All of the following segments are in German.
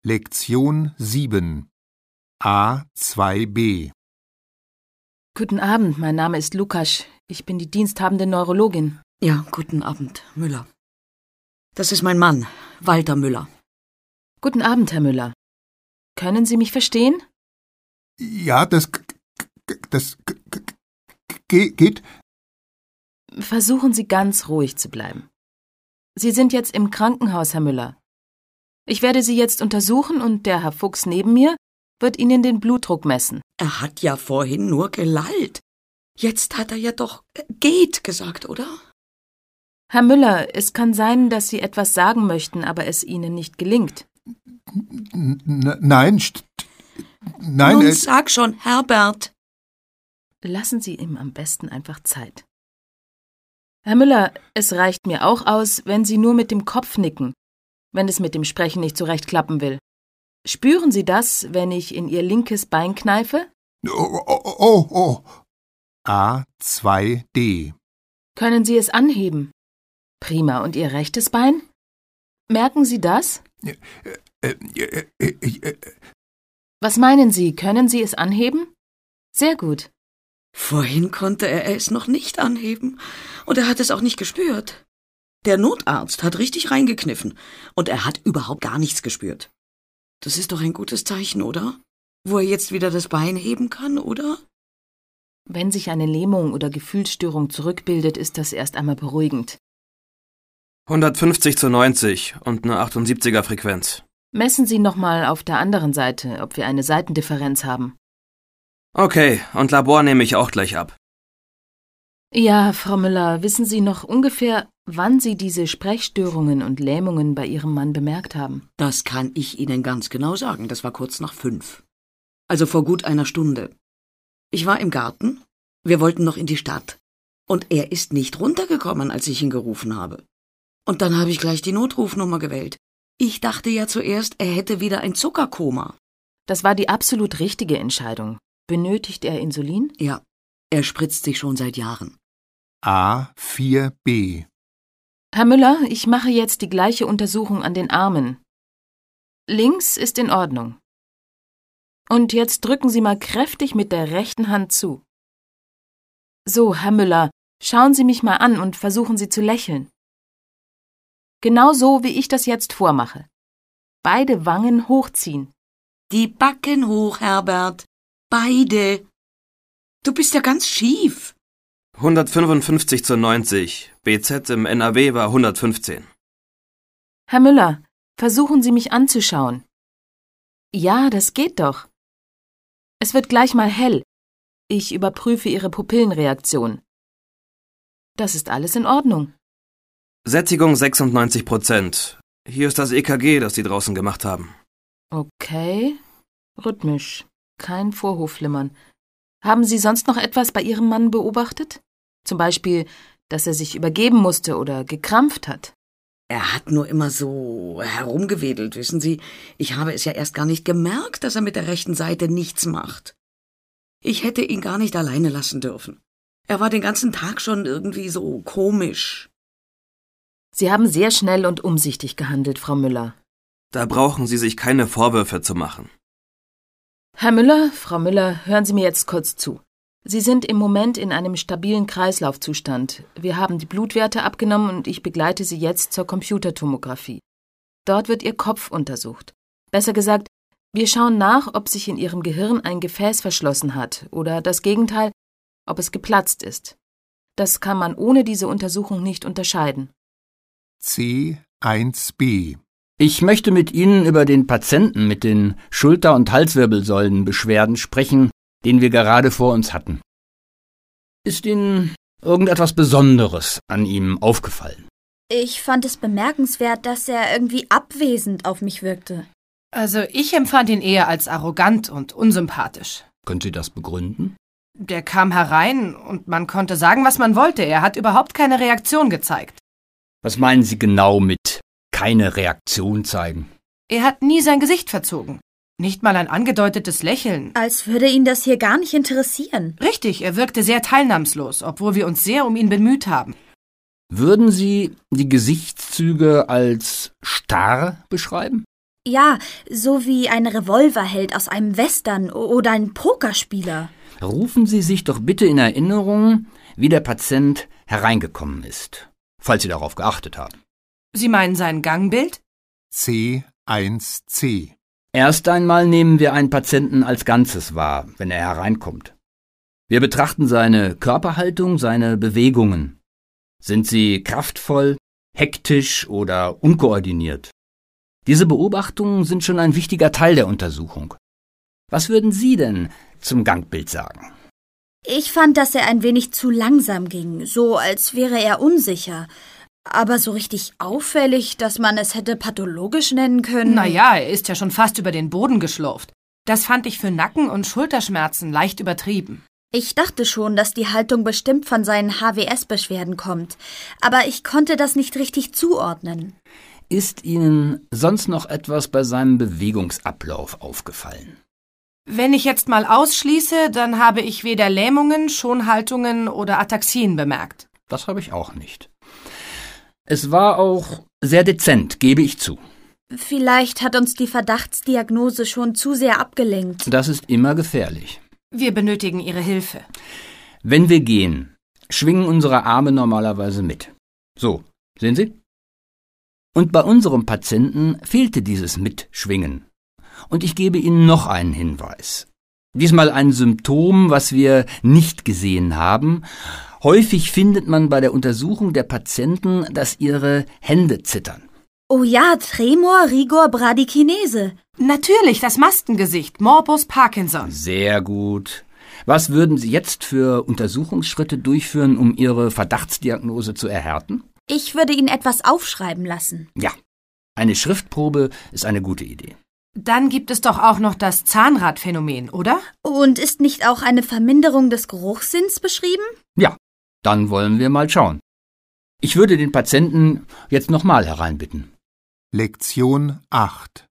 Lektion 7 A2b. Guten Abend, mein Name ist Lukas. Ich bin die diensthabende Neurologin. Ja, guten Abend, Müller. Das ist mein Mann, Walter Müller. Guten Abend, Herr Müller. Können Sie mich verstehen? Ja, das geht. Versuchen Sie ganz ruhig zu bleiben. Sie sind jetzt im Krankenhaus, Herr Müller. Ich werde Sie jetzt untersuchen und der Herr Fuchs neben mir wird Ihnen den Blutdruck messen. Er hat ja vorhin nur gelallt. Jetzt hat er ja doch geht gesagt, oder? Herr Müller, es kann sein, dass Sie etwas sagen möchten, aber es Ihnen nicht gelingt. Nein. Nun sag schon, Herbert. Lassen Sie ihm am besten einfach Zeit. Herr Müller, es reicht mir auch aus, wenn Sie nur mit dem Kopf nicken, wenn es mit dem Sprechen nicht so recht klappen will. Spüren Sie das, wenn ich in Ihr linkes Bein kneife? Oh. A2d. Können Sie es anheben? Prima. Und Ihr rechtes Bein? Merken Sie das? Was meinen Sie? Können Sie es anheben? Sehr gut. Vorhin konnte er es noch nicht anheben und er hat es auch nicht gespürt. Der Notarzt hat richtig reingekniffen und er hat überhaupt gar nichts gespürt. Das ist doch ein gutes Zeichen, oder? Wo er jetzt wieder das Bein heben kann, oder? Wenn sich eine Lähmung oder Gefühlsstörung zurückbildet, ist das erst einmal beruhigend. 150/90 und eine 78er Frequenz. Messen Sie nochmal auf der anderen Seite, ob wir eine Seitendifferenz haben. Okay, und Labor nehme ich auch gleich ab. Ja, Frau Müller, wissen Sie noch ungefähr, wann Sie diese Sprechstörungen und Lähmungen bei Ihrem Mann bemerkt haben? Das kann ich Ihnen ganz genau sagen. Das war kurz nach 5. Also vor gut einer Stunde. Ich war im Garten, wir wollten noch in die Stadt. Und er ist nicht runtergekommen, als ich ihn gerufen habe. Und dann habe ich gleich die Notrufnummer gewählt. Ich dachte ja zuerst, er hätte wieder ein Zuckerkoma. Das war die absolut richtige Entscheidung. Benötigt er Insulin? Ja, er spritzt sich schon seit Jahren. A4b. Herr Müller, ich mache jetzt die gleiche Untersuchung an den Armen. Links ist in Ordnung. Und jetzt drücken Sie mal kräftig mit der rechten Hand zu. So, Herr Müller, schauen Sie mich mal an und versuchen Sie zu lächeln. Genau so, wie ich das jetzt vormache. Beide Wangen hochziehen. Die Backen hoch, Herbert. Beide. Du bist ja ganz schief. 155/90. BZ im NRW war 115. Herr Müller, versuchen Sie mich anzuschauen. Ja, das geht doch. Es wird gleich mal hell. Ich überprüfe Ihre Pupillenreaktion. Das ist alles in Ordnung. Sättigung 96%. Hier ist das EKG, das Sie draußen gemacht haben. Okay. Rhythmisch. Kein Vorhofflimmern. Haben Sie sonst noch etwas bei Ihrem Mann beobachtet? Zum Beispiel, dass er sich übergeben musste oder gekrampft hat? Er hat nur immer so herumgewedelt, wissen Sie. Ich habe es ja erst gar nicht gemerkt, dass er mit der rechten Seite nichts macht. Ich hätte ihn gar nicht alleine lassen dürfen. Er war den ganzen Tag schon irgendwie so komisch. Sie haben sehr schnell und umsichtig gehandelt, Frau Müller. Da brauchen Sie sich keine Vorwürfe zu machen. Herr Müller, Frau Müller, hören Sie mir jetzt kurz zu. Sie sind im Moment in einem stabilen Kreislaufzustand. Wir haben die Blutwerte abgenommen und ich begleite Sie jetzt zur Computertomographie. Dort wird Ihr Kopf untersucht. Besser gesagt, wir schauen nach, ob sich in Ihrem Gehirn ein Gefäß verschlossen hat oder das Gegenteil, ob es geplatzt ist. Das kann man ohne diese Untersuchung nicht unterscheiden. C1b. Ich möchte mit Ihnen über den Patienten mit den Schulter- und Halswirbelsäulenbeschwerden sprechen, den wir gerade vor uns hatten. Ist Ihnen irgendetwas Besonderes an ihm aufgefallen? Ich fand es bemerkenswert, dass er irgendwie abwesend auf mich wirkte. Also ich empfand ihn eher als arrogant und unsympathisch. Können Sie das begründen? Der kam herein und man konnte sagen, was man wollte. Er hat überhaupt keine Reaktion gezeigt. Was meinen Sie genau mit keine Reaktion zeigen? Er hat nie sein Gesicht verzogen. Nicht mal ein angedeutetes Lächeln. Als würde ihn das hier gar nicht interessieren. Richtig, er wirkte sehr teilnahmslos, obwohl wir uns sehr um ihn bemüht haben. Würden Sie die Gesichtszüge als starr beschreiben? Ja, so wie ein Revolverheld aus einem Western oder ein Pokerspieler. Rufen Sie sich doch bitte in Erinnerung, wie der Patient hereingekommen ist, falls Sie darauf geachtet haben. Sie meinen sein Gangbild? C1C. Erst einmal nehmen wir einen Patienten als Ganzes wahr, wenn er hereinkommt. Wir betrachten seine Körperhaltung, seine Bewegungen. Sind sie kraftvoll, hektisch oder unkoordiniert? Diese Beobachtungen sind schon ein wichtiger Teil der Untersuchung. Was würden Sie denn zum Gangbild sagen? Ich fand, dass er ein wenig zu langsam ging, so als wäre er unsicher. Aber so richtig auffällig, dass man es hätte pathologisch nennen können. Naja, er ist ja schon fast über den Boden geschlurft. Das fand ich für Nacken- und Schulterschmerzen leicht übertrieben. Ich dachte schon, dass die Haltung bestimmt von seinen HWS-Beschwerden kommt. Aber ich konnte das nicht richtig zuordnen. Ist Ihnen sonst noch etwas bei seinem Bewegungsablauf aufgefallen? Wenn ich jetzt mal ausschließe, dann habe ich weder Lähmungen, Schonhaltungen oder Ataxien bemerkt. Das habe ich auch nicht. Es war auch sehr dezent, gebe ich zu. Vielleicht hat uns die Verdachtsdiagnose schon zu sehr abgelenkt. Das ist immer gefährlich. Wir benötigen Ihre Hilfe. Wenn wir gehen, schwingen unsere Arme normalerweise mit. So, sehen Sie? Und bei unserem Patienten fehlte dieses Mitschwingen. Und ich gebe Ihnen noch einen Hinweis. Diesmal ein Symptom, was wir nicht gesehen haben. Häufig findet man bei der Untersuchung der Patienten, dass ihre Hände zittern. Oh ja, Tremor, Rigor, Bradykinese. Natürlich, das Mastengesicht, Morbus Parkinson. Sehr gut. Was würden Sie jetzt für Untersuchungsschritte durchführen, um Ihre Verdachtsdiagnose zu erhärten? Ich würde ihn etwas aufschreiben lassen. Ja, eine Schriftprobe ist eine gute Idee. Dann gibt es doch auch noch das Zahnradphänomen, oder? Und ist nicht auch eine Verminderung des Geruchssinns beschrieben? Ja, dann wollen wir mal schauen. Ich würde den Patienten jetzt nochmal hereinbitten. Lektion 8.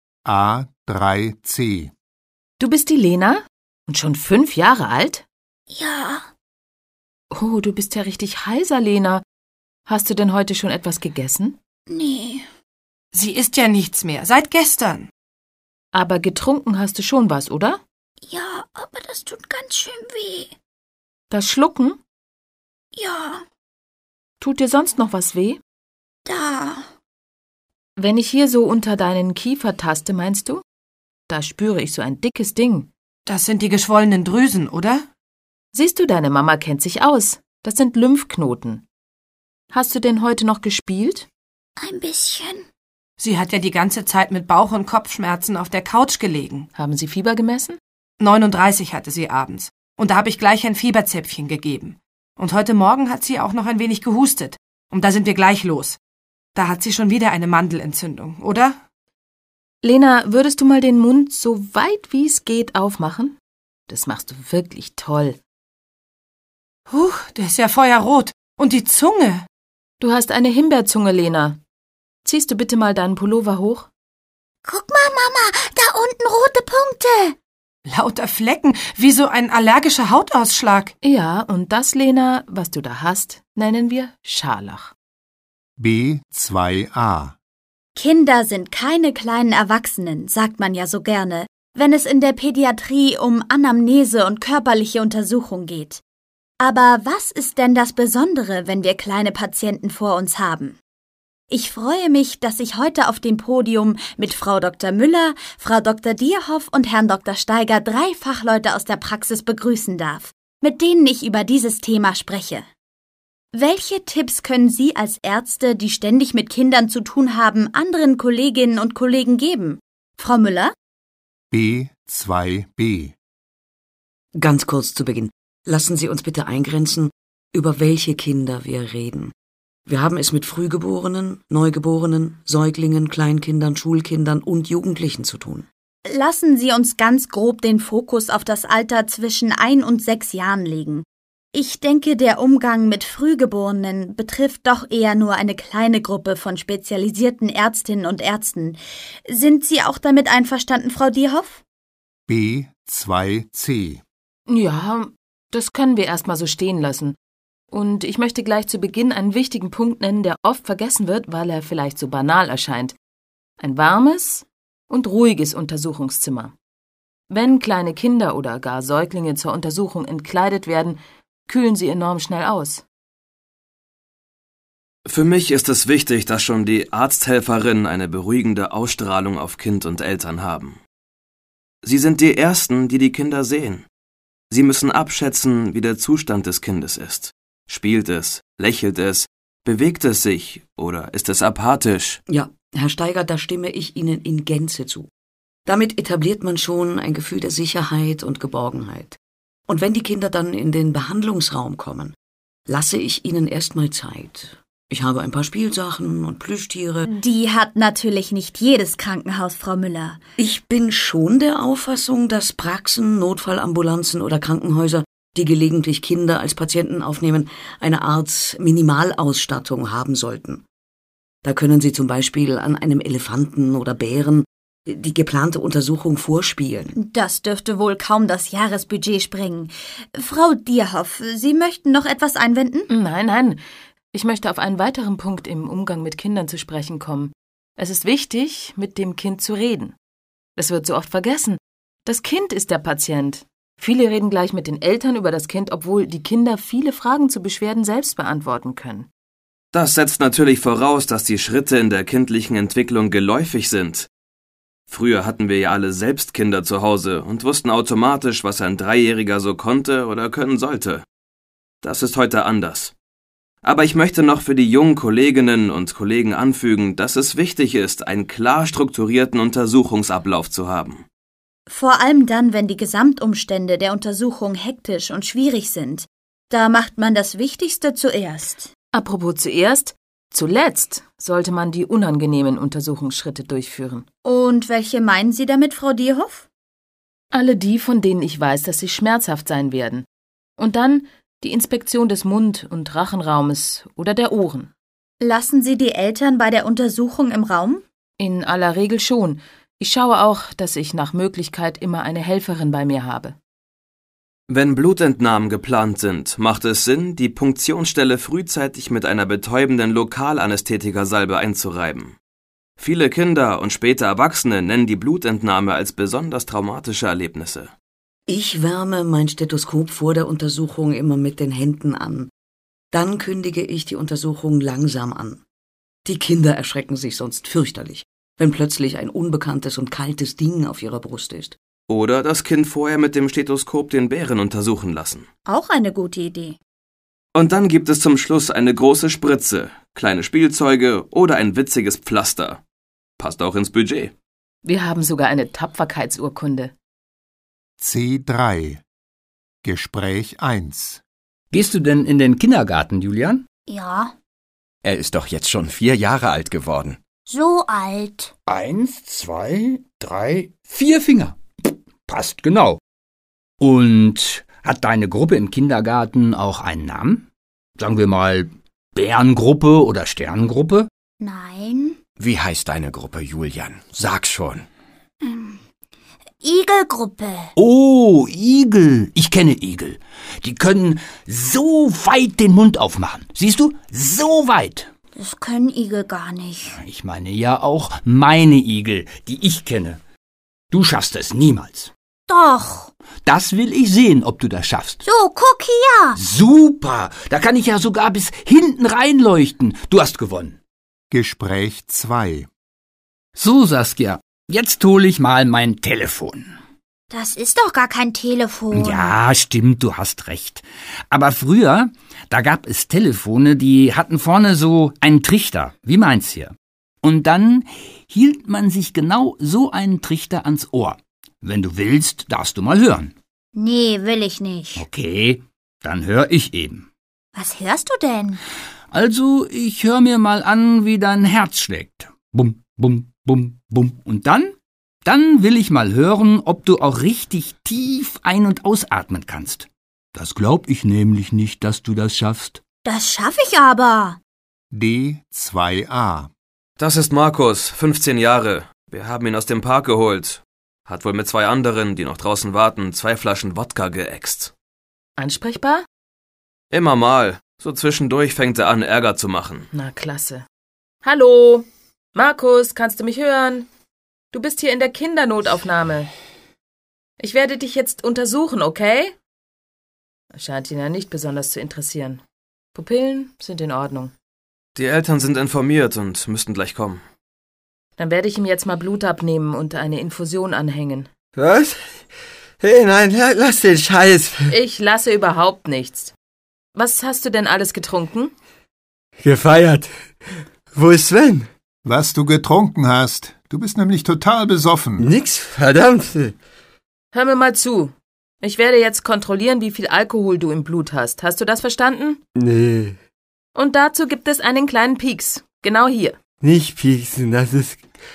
A3C. Du bist die Lena? Und schon 5 Jahre alt? Ja. Oh, du bist ja richtig heiser, Lena. Hast du denn heute schon etwas gegessen? Nee. Sie isst ja nichts mehr, seit gestern. Aber getrunken hast du schon was, oder? Ja, aber das tut ganz schön weh. Das Schlucken? Ja, Tut dir sonst noch was weh? da. Wenn ich hier so unter deinen Kiefer taste, meinst du? Da spüre ich so ein dickes Ding. Das sind die geschwollenen Drüsen, oder? Siehst du, deine Mama kennt sich aus. Das sind Lymphknoten. Hast du denn heute noch gespielt? Ein bisschen. Sie hat ja die ganze Zeit mit Bauch- und Kopfschmerzen auf der Couch gelegen. Haben sie Fieber gemessen? 39 hatte sie abends. Und da habe ich gleich ein Fieberzäpfchen gegeben. Und heute Morgen hat sie auch noch ein wenig gehustet. Und da sind wir gleich los. Da hat sie schon wieder eine Mandelentzündung, oder? Lena, würdest du mal den Mund so weit wie es geht aufmachen? Das machst du wirklich toll. Der ist ja feuerrot. Und die Zunge. Du hast eine Himbeerzunge, Lena. Ziehst du bitte mal deinen Pullover hoch? Guck mal, Mama, da unten rote Punkte. Lauter Flecken, wie so ein allergischer Hautausschlag. Ja, und das, Lena, was du da hast, nennen wir Scharlach. B2a. Kinder sind keine kleinen Erwachsenen, sagt man ja so gerne, wenn es in der Pädiatrie um Anamnese und körperliche Untersuchung geht. Aber was ist denn das Besondere, wenn wir kleine Patienten vor uns haben? Ich freue mich, dass ich heute auf dem Podium mit Frau Dr. Müller, Frau Dr. Dierhoff und Herrn Dr. Steiger 3 Fachleute aus der Praxis begrüßen darf, mit denen ich über dieses Thema spreche. Welche Tipps können Sie als Ärzte, die ständig mit Kindern zu tun haben, anderen Kolleginnen und Kollegen geben? Frau Müller? B2b. Ganz kurz zu Beginn. Lassen Sie uns bitte eingrenzen, über welche Kinder wir reden. Wir haben es mit Frühgeborenen, Neugeborenen, Säuglingen, Kleinkindern, Schulkindern und Jugendlichen zu tun. Lassen Sie uns ganz grob den Fokus auf das Alter zwischen 1 und 6 Jahren legen. Ich denke, der Umgang mit Frühgeborenen betrifft doch eher nur eine kleine Gruppe von spezialisierten Ärztinnen und Ärzten. Sind Sie auch damit einverstanden, Frau Dierhoff? B2c. Ja, das können wir erstmal so stehen lassen. Und ich möchte gleich zu Beginn einen wichtigen Punkt nennen, der oft vergessen wird, weil er vielleicht so banal erscheint. Ein warmes, und ruhiges Untersuchungszimmer. Wenn kleine Kinder oder gar Säuglinge zur Untersuchung entkleidet werden, kühlen sie enorm schnell aus. Für mich ist es wichtig, dass schon die Arzthelferinnen eine beruhigende Ausstrahlung auf Kind und Eltern haben. Sie sind die Ersten, die die Kinder sehen. Sie müssen abschätzen, wie der Zustand des Kindes ist. Spielt es, lächelt es, bewegt es sich oder ist es apathisch? Ja, Herr Steiger, da stimme ich Ihnen in Gänze zu. Damit etabliert man schon ein Gefühl der Sicherheit und Geborgenheit. Und wenn die Kinder dann in den Behandlungsraum kommen, lasse ich ihnen erstmal Zeit. Ich habe ein paar Spielsachen und Plüschtiere. Die hat natürlich nicht jedes Krankenhaus, Frau Müller. Ich bin schon der Auffassung, dass Praxen, Notfallambulanzen oder Krankenhäuser, die gelegentlich Kinder als Patienten aufnehmen, eine Art Minimalausstattung haben sollten. Da können Sie zum Beispiel an einem Elefanten oder Bären die geplante Untersuchung vorspielen. Das dürfte wohl kaum das Jahresbudget sprengen. Frau Dierhoff, Sie möchten noch etwas einwenden? Nein. Ich möchte auf einen weiteren Punkt im Umgang mit Kindern zu sprechen kommen. Es ist wichtig, mit dem Kind zu reden. Das wird so oft vergessen. Das Kind ist der Patient. Viele reden gleich mit den Eltern über das Kind, obwohl die Kinder viele Fragen zu Beschwerden selbst beantworten können. Das setzt natürlich voraus, dass die Schritte in der kindlichen Entwicklung geläufig sind. Früher hatten wir ja alle selbst Kinder zu Hause und wussten automatisch, was ein Dreijähriger so konnte oder können sollte. Das ist heute anders. Aber ich möchte noch für die jungen Kolleginnen und Kollegen anfügen, dass es wichtig ist, einen klar strukturierten Untersuchungsablauf zu haben. Vor allem dann, wenn die Gesamtumstände der Untersuchung hektisch und schwierig sind. Da macht man das Wichtigste zuerst. Apropos zuletzt sollte man die unangenehmen Untersuchungsschritte durchführen. Und welche meinen Sie damit, Frau Dierhoff? Alle die, von denen ich weiß, dass sie schmerzhaft sein werden. Und dann die Inspektion des Mund- und Rachenraumes oder der Ohren. Lassen Sie die Eltern bei der Untersuchung im Raum? In aller Regel schon. Ich schaue auch, dass ich nach Möglichkeit immer eine Helferin bei mir habe. Wenn Blutentnahmen geplant sind, macht es Sinn, die Punktionsstelle frühzeitig mit einer betäubenden Lokalanästhetikersalbe einzureiben. Viele Kinder und später Erwachsene nennen die Blutentnahme als besonders traumatische Erlebnisse. Ich wärme mein Stethoskop vor der Untersuchung immer mit den Händen an. Dann kündige ich die Untersuchung langsam an. Die Kinder erschrecken sich sonst fürchterlich, wenn plötzlich ein unbekanntes und kaltes Ding auf ihrer Brust ist. Oder das Kind vorher mit dem Stethoskop den Bären untersuchen lassen. Auch eine gute Idee. Und dann gibt es zum Schluss eine große Spritze, kleine Spielzeuge oder ein witziges Pflaster. Passt auch ins Budget. Wir haben sogar eine Tapferkeitsurkunde. C3 Gespräch 1 Gehst du denn in den Kindergarten, Julian? Ja, Er ist doch jetzt schon 4 Jahre alt geworden. so alt. 1, 2, 3, 4 Finger. Passt genau. Und hat deine Gruppe im Kindergarten auch einen Namen? Sagen wir mal Bärengruppe oder Sternengruppe? Nein. Wie heißt deine Gruppe, Julian? Sag schon. Igelgruppe. Oh, Igel. Ich kenne Igel. Die können so weit den Mund aufmachen. Siehst du? So weit. Das können Igel gar nicht. Ich meine ja auch meine Igel, die ich kenne. Du schaffst es niemals. Doch. Das will ich sehen, ob du das schaffst. So, guck hier. Super. Da kann ich ja sogar bis hinten reinleuchten. Du hast gewonnen. Gespräch 2 So, Saskia. Jetzt hole ich mal mein Telefon. Das ist doch gar kein Telefon. Ja, stimmt, du hast recht. Aber früher, da gab es Telefone, die hatten vorne so einen Trichter, wie meins hier. Und dann hielt man sich genau so einen Trichter ans Ohr. Wenn du willst, darfst du mal hören. Nee, will ich nicht. Okay, dann hör ich eben. Was hörst du denn? Also, ich hör mir mal an, wie dein Herz schlägt. Bum, bum, bum, bum. Und dann will ich mal hören, ob du auch richtig tief ein- und ausatmen kannst. Das glaub ich nämlich nicht, dass du das schaffst. Das schaffe ich aber. D2a Das ist Markus, 15 Jahre. Wir haben ihn aus dem Park geholt. Hat wohl mit 2 anderen, die noch draußen warten, 2 Flaschen Wodka geäxt. Ansprechbar? Immer mal. So zwischendurch fängt er an, Ärger zu machen. Na, klasse. Hallo? Markus, kannst du mich hören? Du bist hier in der Kindernotaufnahme. Ich werde dich jetzt untersuchen, okay? Scheint ihn ja nicht besonders zu interessieren. Pupillen sind in Ordnung. Die Eltern sind informiert und müssten gleich kommen. Dann werde ich ihm jetzt mal Blut abnehmen und eine Infusion anhängen. Was? Hey, nein, lass den Scheiß. Ich lasse überhaupt nichts. Was hast du denn alles getrunken? Gefeiert. Wo ist Sven? Was du getrunken hast. Du bist nämlich total besoffen. Nix, verdammt. Hör mir mal zu. Ich werde jetzt kontrollieren, wie viel Alkohol du im Blut hast. Hast du das verstanden? Nee. Und dazu gibt es einen kleinen Pieks. Genau hier. Nicht pieksen, das ist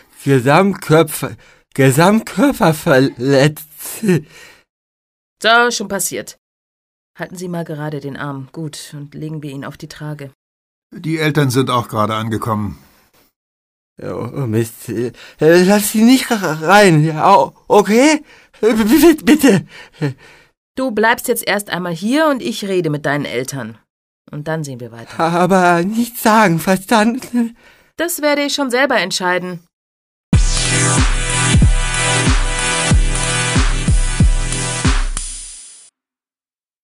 Gesamtkörperverletzt. So, schon passiert. Halten Sie mal gerade den Arm. Gut, und legen wir ihn auf die Trage. Die Eltern sind auch gerade angekommen. Oh, Mist. Lass sie nicht rein. Ja, okay? Bitte. Du bleibst jetzt erst einmal hier und ich rede mit deinen Eltern. Und dann sehen wir weiter. Aber nichts sagen, verstanden? Das werde ich schon selber entscheiden.